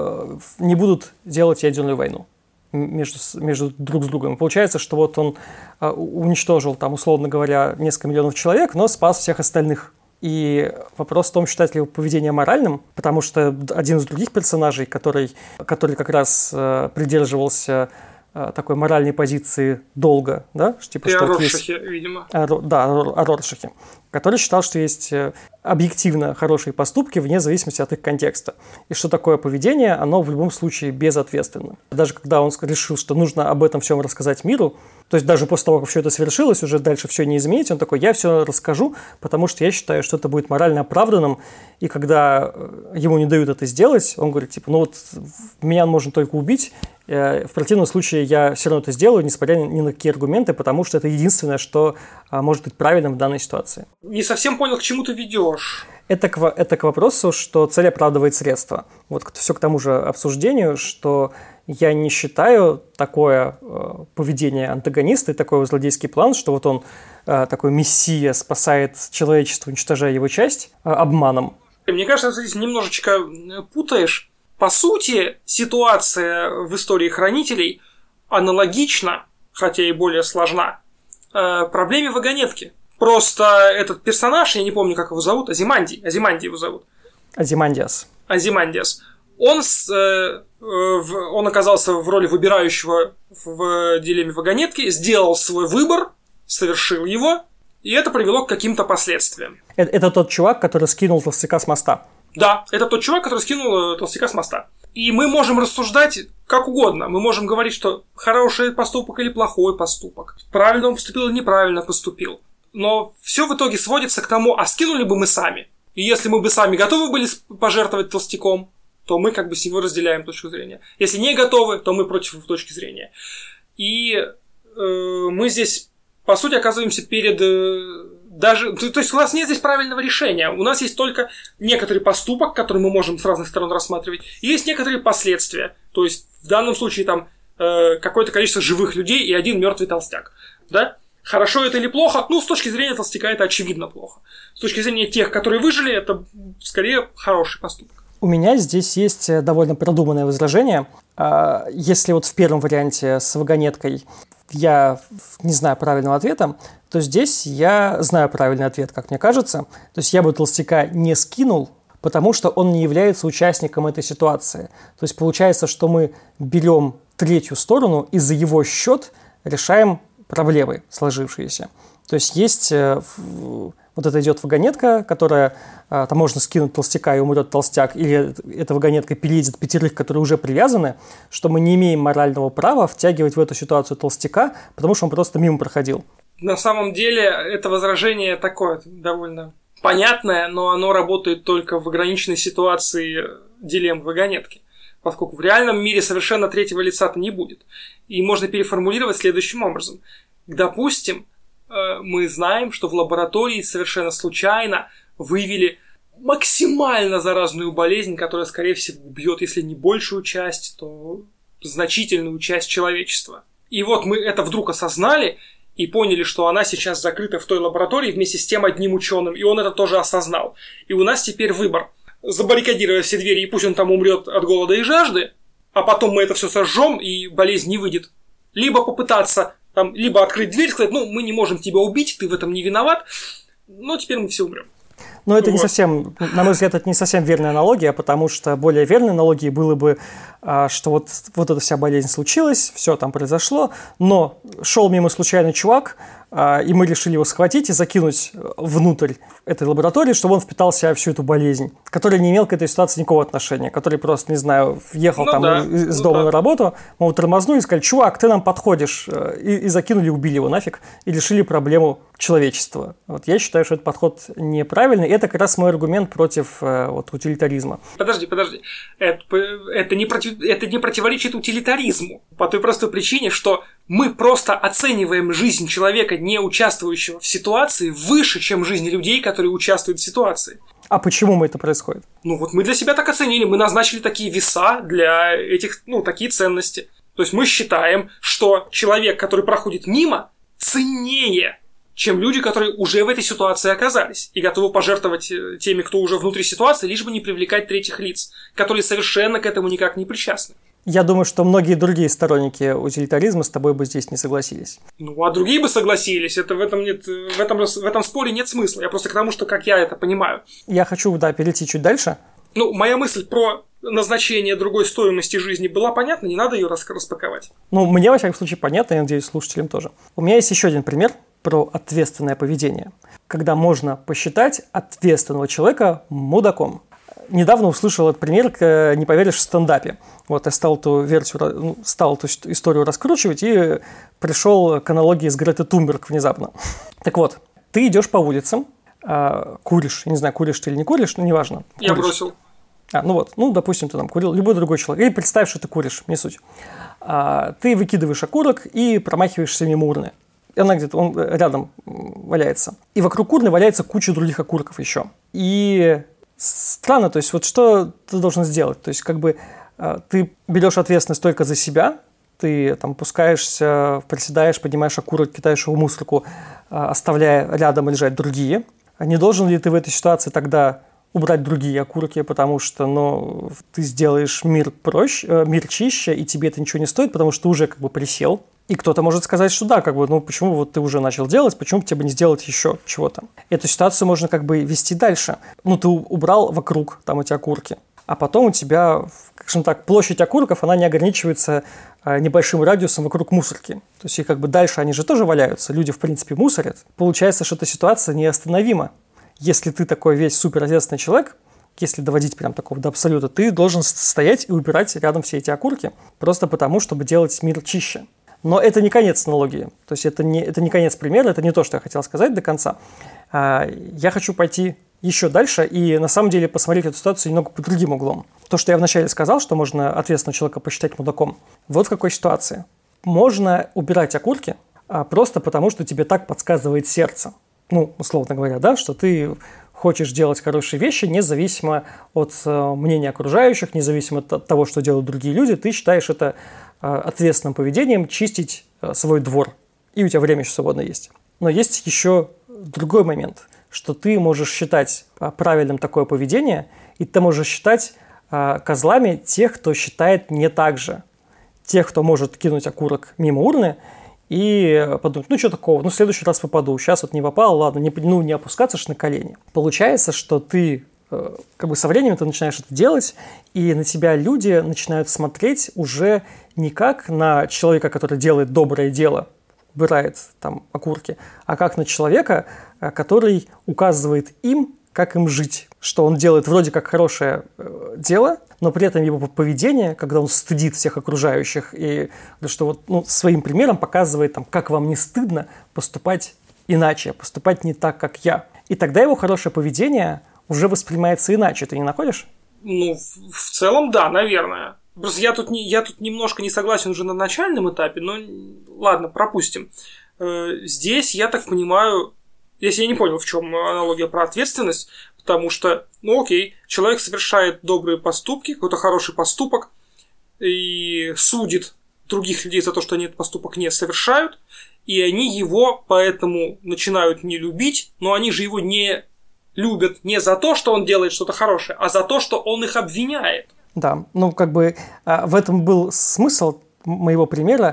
не будут делать ядерную войну между, между друг с другом. Получается, что вот он уничтожил, там, условно говоря, несколько миллионов человек, но спас всех остальных. И вопрос в том, считать ли его поведение моральным, потому что один из других персонажей, который, который как раз э, придерживался э, такой моральной позиции долго, да? Типа, и что о вот Роршахе, есть... видимо. А, да, о Роршахе, который считал, что есть объективно хорошие поступки вне зависимости от их контекста. И что такое поведение, оно в любом случае безответственно. Даже когда он решил, что нужно об этом всем рассказать миру, то есть даже после того, как все это свершилось, уже дальше все не изменить, он такой, я все расскажу, потому что я считаю, что это будет морально оправданным. И когда ему не дают это сделать, он говорит, типа, ну вот меня можно только убить, в противном случае я все равно это сделаю, несмотря ни на какие аргументы, потому что это единственное, что может быть правильным в данной ситуации. Не совсем понял, к чему ты ведешь. Это к, это к вопросу, что цель оправдывает средства. Вот все к тому же обсуждению, что я не считаю такое э, поведение антагониста и такой злодейский план, что вот он э, такой мессия спасает человечество, уничтожая его часть э, обманом. Мне кажется, ты здесь немножечко путаешь. По сути, ситуация в истории хранителей аналогична, хотя и более сложна, э, проблеме вагонетки. Просто этот персонаж, я не помню, как его зовут, Азиманди, Азиманди его зовут. Азимандиас. Азимандиас. Он, с, э, в, он оказался в роли выбирающего в дилемме вагонетки, сделал свой выбор, совершил его, и это привело к каким-то последствиям. Это, это тот чувак, который скинул толстяка с моста. Да, это тот чувак, который скинул толстяка с моста. И мы можем рассуждать как угодно. Мы можем говорить, что хороший поступок или плохой поступок. Правильно он поступил или неправильно поступил. Но все в итоге сводится к тому, а скинули бы мы сами. И если мы бы сами готовы были пожертвовать толстяком, то мы как бы с него разделяем точку зрения. Если не готовы, то мы против его точки зрения. И э, мы здесь, по сути, оказываемся перед... Э, даже, то, то есть у нас нет здесь правильного решения. У нас есть только некоторый поступок, который мы можем с разных сторон рассматривать. И есть некоторые последствия. То есть в данном случае там э, какое-то количество живых людей и один мертвый толстяк. Да? Хорошо это или плохо? Ну, с точки зрения толстяка это очевидно плохо. С точки зрения тех, которые выжили, это скорее хороший поступок. У меня здесь есть довольно продуманное возражение. Если вот в первом варианте с вагонеткой я не знаю правильного ответа, то здесь я знаю правильный ответ, как мне кажется. То есть я бы толстяка не скинул, потому что он не является участником этой ситуации. То есть получается, что мы берем третью сторону и за его счет решаем проблемы сложившиеся. То есть есть вот Вот это идет вагонетка, которая, там можно скинуть толстяка и умрет толстяк, или эта вагонетка переедет пятерых, которые уже привязаны, что мы не имеем морального права втягивать в эту ситуацию толстяка, потому что он просто мимо проходил. На самом деле это возражение такое довольно понятное, но оно работает только в ограниченной ситуации дилемм вагонетки, поскольку в реальном мире совершенно третьего лица-то не будет. И можно переформулировать следующим образом. Допустим, мы знаем, что в лаборатории совершенно случайно выявили максимально заразную болезнь, которая, скорее всего, убьет, если не большую часть, то значительную часть человечества. И вот мы это вдруг осознали и поняли, что она сейчас закрыта в той лаборатории вместе с тем одним ученым, и он это тоже осознал. И у нас теперь выбор. Забаррикадировать все двери, и пусть он там умрет от голода и жажды, а потом мы это все сожжем, и болезнь не выйдет. Либо попытаться там, либо открыть дверь и сказать, ну, мы не можем тебя убить, ты в этом не виноват, но теперь мы все умрем. Но это вот. не совсем, на мой взгляд, это не совсем верная аналогия, потому что более верной аналогией было бы, что вот, вот эта вся болезнь случилась, все там произошло, но шел мимо случайный чувак, и мы решили его схватить и закинуть внутрь этой лаборатории, чтобы он впитал в себя всю эту болезнь, который не имел к этой ситуации никакого отношения, который просто, не знаю, въехал ну там да, из ну дома да. на работу, мы его тормознули и сказали, чувак, ты нам подходишь, и, и закинули, убили его нафиг, и решили проблему человечества. Вот я считаю, что этот подход неправильный, это как раз мой аргумент против вот, утилитаризма. Подожди, подожди, это, это, не против, это не противоречит утилитаризму, по той простой причине, что мы просто оцениваем жизнь человека, не участвующего в ситуации, выше, чем жизнь людей, которые участвуют в ситуации. А почему это происходит? Ну вот мы для себя так оценили, мы назначили такие веса для этих, ну, такие ценности. То есть мы считаем, что человек, который проходит мимо, ценнее, чем люди, которые уже в этой ситуации оказались и готовы пожертвовать теми, кто уже внутри ситуации, лишь бы не привлекать третьих лиц, которые совершенно к этому никак не причастны. Я думаю, что многие другие сторонники утилитаризма с тобой бы здесь не согласились. Ну, а другие бы согласились. Это в этом, нет, в этом, в этом споре нет смысла. Я просто к тому, что как я это понимаю. Я хочу, да, перейти чуть дальше. Ну, моя мысль про назначение другой стоимости жизни была понятна, не надо ее распаковать. Ну, мне, во всяком случае, понятно, я надеюсь, слушателям тоже. У меня есть еще один пример про ответственное поведение, когда можно посчитать ответственного человека мудаком. Недавно услышал этот пример, не поверишь, в стендапе. Вот я стал эту версию, стал эту историю раскручивать и пришел к аналогии с Гретой Тунберг внезапно. Так вот, ты идешь по улицам, куришь, я не знаю, куришь ты или не куришь, но неважно. Я куришь. бросил. А, ну вот, ну, допустим, ты там курил, любой другой человек. Или представь, что ты куришь, не суть. А, ты выкидываешь окурок и промахиваешься мимо урны. И она где-то, он рядом валяется. И вокруг урны валяется куча других окурков еще. И странно, то есть вот что ты должен сделать? То есть как бы ты берешь ответственность только за себя, ты там пускаешься, приседаешь, поднимаешь окурок, кидаешь его в мусорку, оставляя рядом лежать другие. А не должен ли ты в этой ситуации тогда убрать другие окурки, потому что ну, ты сделаешь мир проще, мир чище, и тебе это ничего не стоит, потому что ты уже как бы присел. И кто-то может сказать, что да, как бы, ну почему вот ты уже начал делать, почему бы тебе не сделать еще чего-то. Эту ситуацию можно как бы вести дальше. Ну, ты убрал вокруг там эти окурки, а потом у тебя, скажем так, площадь окурков, она не ограничивается небольшим радиусом вокруг мусорки. То есть и как бы дальше они же тоже валяются, люди в принципе мусорят. Получается, что эта ситуация неостановима. Если ты такой весь суперответственный человек, если доводить прям такого до абсолюта, ты должен стоять и убирать рядом все эти окурки, просто потому, чтобы делать мир чище. Но это не конец аналогии, то есть это не, это не конец примера, это не то, что я хотел сказать до конца. Я хочу пойти еще дальше и на самом деле посмотреть эту ситуацию немного под другим углом. То, что я вначале сказал, что можно ответственного человека посчитать мудаком, вот в какой ситуации. Можно убирать окурки просто потому, что тебе так подсказывает сердце. Ну, условно говоря, да, что ты хочешь делать хорошие вещи, независимо от э, мнения окружающих, независимо от того, что делают другие люди, ты считаешь это э, ответственным поведением чистить э, свой двор, и у тебя время еще свободно есть. Но есть еще другой момент, что ты можешь считать э, правильным такое поведение, и ты можешь считать э, козлами тех, кто считает не так же, тех, кто может кинуть окурок мимо урны, и подумать, ну что такого, ну в следующий раз попаду, сейчас вот не попал, ладно, не, ну, не опускаться ж на колени. Получается, что ты э, как бы со временем ты начинаешь это делать, и на тебя люди начинают смотреть уже не как на человека, который делает доброе дело, убирает там окурки, а как на человека, который указывает им, как им жить. Что он делает вроде как хорошее э, дело, но при этом его поведение, когда он стыдит всех окружающих, и что вот, ну, своим примером показывает, там, как вам не стыдно поступать иначе, поступать не так, как я. И тогда его хорошее поведение уже воспринимается иначе. Ты не находишь? Ну, в, в целом, да, наверное. Просто я тут, не, я тут немножко не согласен уже на начальном этапе, но ладно, пропустим. Э, здесь, я так понимаю, здесь я не понял, в чем аналогия про ответственность, потому что, ну окей, человек совершает добрые поступки, какой-то хороший поступок, и судит других людей за то, что они этот поступок не совершают, и они его поэтому начинают не любить, но они же его не любят не за то, что он делает что-то хорошее, а за то, что он их обвиняет. Да, ну как бы в этом был смысл моего примера,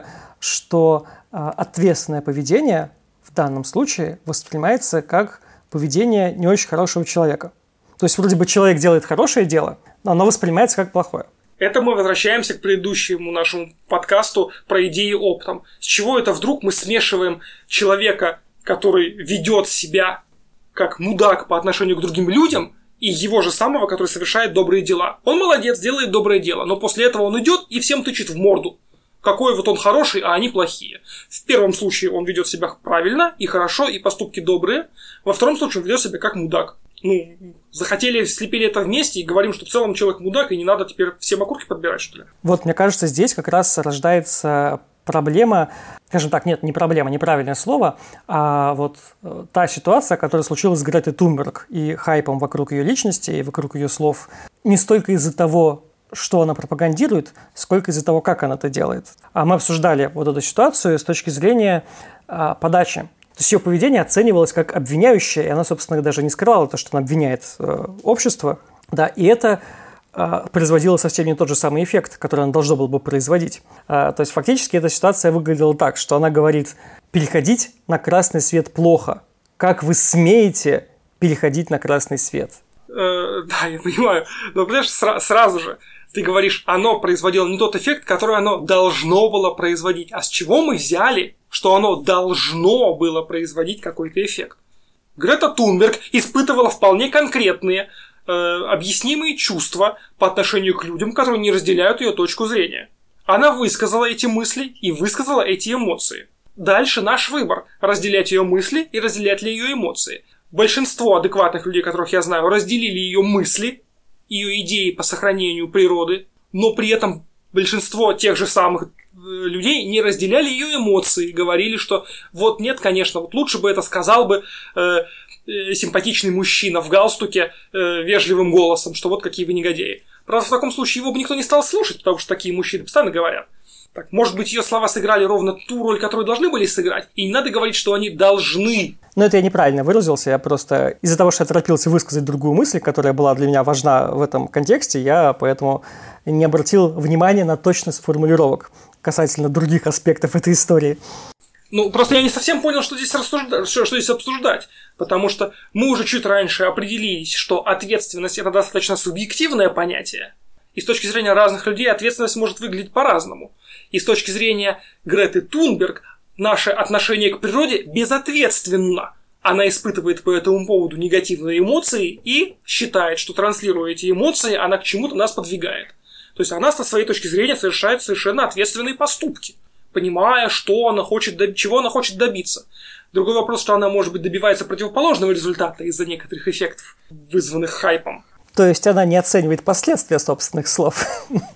что ответственное поведение в данном случае воспринимается как поведение не очень хорошего человека. То есть вроде бы человек делает хорошее дело, но оно воспринимается как плохое. Это мы возвращаемся к предыдущему нашему подкасту про идеи оптом. С чего это вдруг мы смешиваем человека, который ведет себя как мудак по отношению к другим людям, и его же самого, который совершает добрые дела. Он молодец, делает доброе дело, но после этого он идет и всем тычет в морду. Какой вот он хороший, а они плохие. В первом случае он ведет себя правильно и хорошо, и поступки добрые. Во втором случае он ведет себя как мудак. Ну, захотели, слепили это вместе и говорим, что в целом человек мудак, и не надо теперь всем окурки подбирать, что ли? Вот, мне кажется, здесь как раз рождается проблема, скажем так, нет, не проблема, неправильное слово, а вот та ситуация, которая случилась с Гретой Тунберг и хайпом вокруг ее личности и вокруг ее слов, не столько из-за того, что она пропагандирует, сколько из-за того, как она это делает. А мы обсуждали вот эту ситуацию с точки зрения а, подачи. То есть ее поведение оценивалось как обвиняющее, и она, собственно, даже не скрывала то, что она обвиняет э, общество. Да, и это э, производило совсем не тот же самый эффект, который она должна была бы производить. Э, то есть фактически эта ситуация выглядела так, что она говорит: переходить на красный свет плохо. Как вы смеете переходить на красный свет? Э, да, я понимаю. Но, понимаешь, сра- сразу же ты говоришь, оно производило не тот эффект, который оно должно было производить. А с чего мы взяли, что оно должно было производить какой-то эффект? Грета Тунберг испытывала вполне конкретные, э, объяснимые чувства по отношению к людям, которые не разделяют ее точку зрения. Она высказала эти мысли и высказала эти эмоции. Дальше наш выбор – разделять ее мысли и разделять ли ее эмоции. Большинство адекватных людей, которых я знаю, разделили ее мысли, ее идеи по сохранению природы, но при этом большинство тех же самых людей не разделяли ее эмоции, говорили, что вот нет, конечно, вот лучше бы это сказал бы э, э, симпатичный мужчина в галстуке э, вежливым голосом, что вот какие вы негодяи. Правда, в таком случае его бы никто не стал слушать, потому что такие мужчины постоянно говорят. Так, может быть, ее слова сыграли ровно ту роль, которую должны были сыграть, и не надо говорить, что они должны. Ну, это я неправильно выразился, я просто из-за того, что я торопился высказать другую мысль, которая была для меня важна в этом контексте, я поэтому не обратил внимания на точность формулировок касательно других аспектов этой истории. Ну, просто я не совсем понял, что здесь рассуждать, что, что здесь обсуждать, потому что мы уже чуть раньше определились, что ответственность – это достаточно субъективное понятие, и с точки зрения разных людей ответственность может выглядеть по-разному. И с точки зрения Греты Тунберг наше отношение к природе безответственно. Она испытывает по этому поводу негативные эмоции и считает, что транслируя эти эмоции, она к чему-то нас подвигает. То есть она со своей точки зрения совершает совершенно ответственные поступки, понимая, что она хочет, чего она хочет добиться. Другой вопрос, что она, может быть, добивается противоположного результата из-за некоторых эффектов, вызванных хайпом. То есть она не оценивает последствия собственных слов.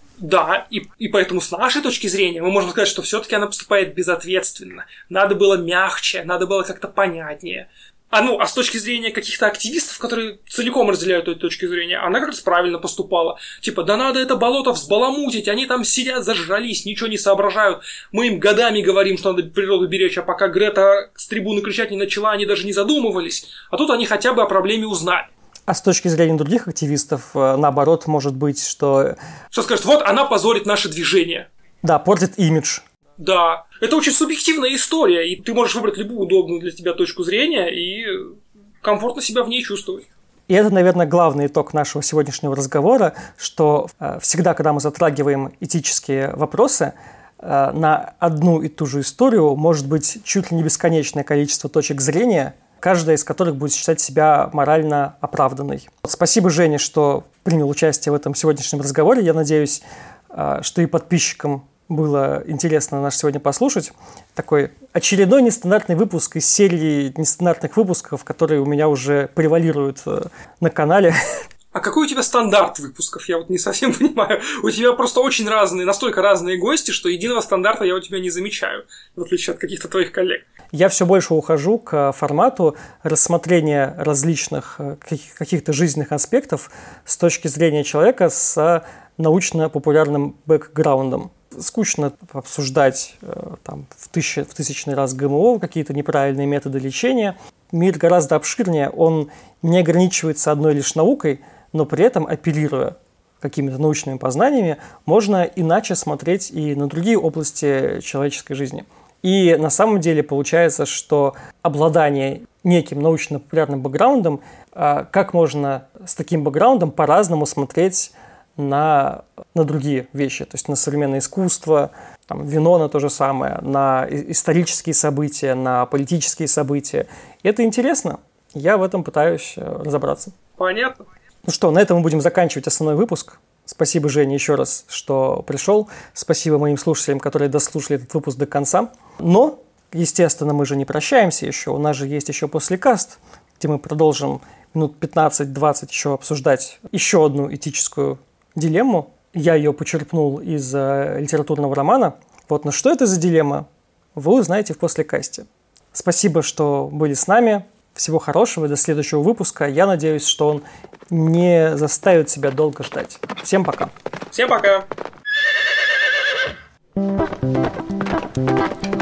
Да, и, и поэтому с нашей точки зрения мы можем сказать, что все-таки она поступает безответственно. Надо было мягче, надо было как-то понятнее. А ну, а с точки зрения каких-то активистов, которые целиком разделяют эту точку зрения, она как раз правильно поступала. Типа, да надо это болото взбаламутить, они там сидят, зажрались, ничего не соображают. Мы им годами говорим, что надо природу беречь, а пока Грета с трибуны кричать не начала, они даже не задумывались. А тут они хотя бы о проблеме узнали. А с точки зрения других активистов, наоборот, может быть, что... Что скажет, вот она позорит наше движение. Да, портит имидж. Да, это очень субъективная история, и ты можешь выбрать любую удобную для тебя точку зрения и комфортно себя в ней чувствовать. И это, наверное, главный итог нашего сегодняшнего разговора, что всегда, когда мы затрагиваем этические вопросы, на одну и ту же историю может быть чуть ли не бесконечное количество точек зрения, каждая из которых будет считать себя морально оправданной. Спасибо, Жене, что принял участие в этом сегодняшнем разговоре. Я надеюсь, что и подписчикам было интересно нас сегодня послушать. Такой очередной нестандартный выпуск из серии нестандартных выпусков, которые у меня уже превалируют на канале. А какой у тебя стандарт выпусков? Я вот не совсем понимаю. У тебя просто очень разные, настолько разные гости, что единого стандарта я у тебя не замечаю, в отличие от каких-то твоих коллег. Я все больше ухожу к формату рассмотрения различных каких-то жизненных аспектов с точки зрения человека с научно-популярным бэкграундом. Скучно обсуждать там, в, тысячи, в тысячный раз ГМО, какие-то неправильные методы лечения. Мир гораздо обширнее, он не ограничивается одной лишь наукой, но при этом, апеллируя какими-то научными познаниями, можно иначе смотреть и на другие области человеческой жизни. И на самом деле получается, что обладание неким научно-популярным бэкграундом, как можно с таким бэкграундом по-разному смотреть на, на другие вещи, то есть на современное искусство, там, вино на то же самое, на исторические события, на политические события. И это интересно. Я в этом пытаюсь разобраться. Понятно. Ну что, на этом мы будем заканчивать основной выпуск. Спасибо, Женя, еще раз, что пришел. Спасибо моим слушателям, которые дослушали этот выпуск до конца. Но, естественно, мы же не прощаемся еще. У нас же есть еще послекаст, где мы продолжим минут пятнадцать-двадцать еще обсуждать еще одну этическую дилемму. Я ее почерпнул из э, литературного романа. Вот, но что это за дилемма, вы узнаете в послекасте. Спасибо, что были с нами. Всего хорошего, до следующего выпуска. Я надеюсь, что он не заставит себя долго ждать. Всем пока. Всем пока.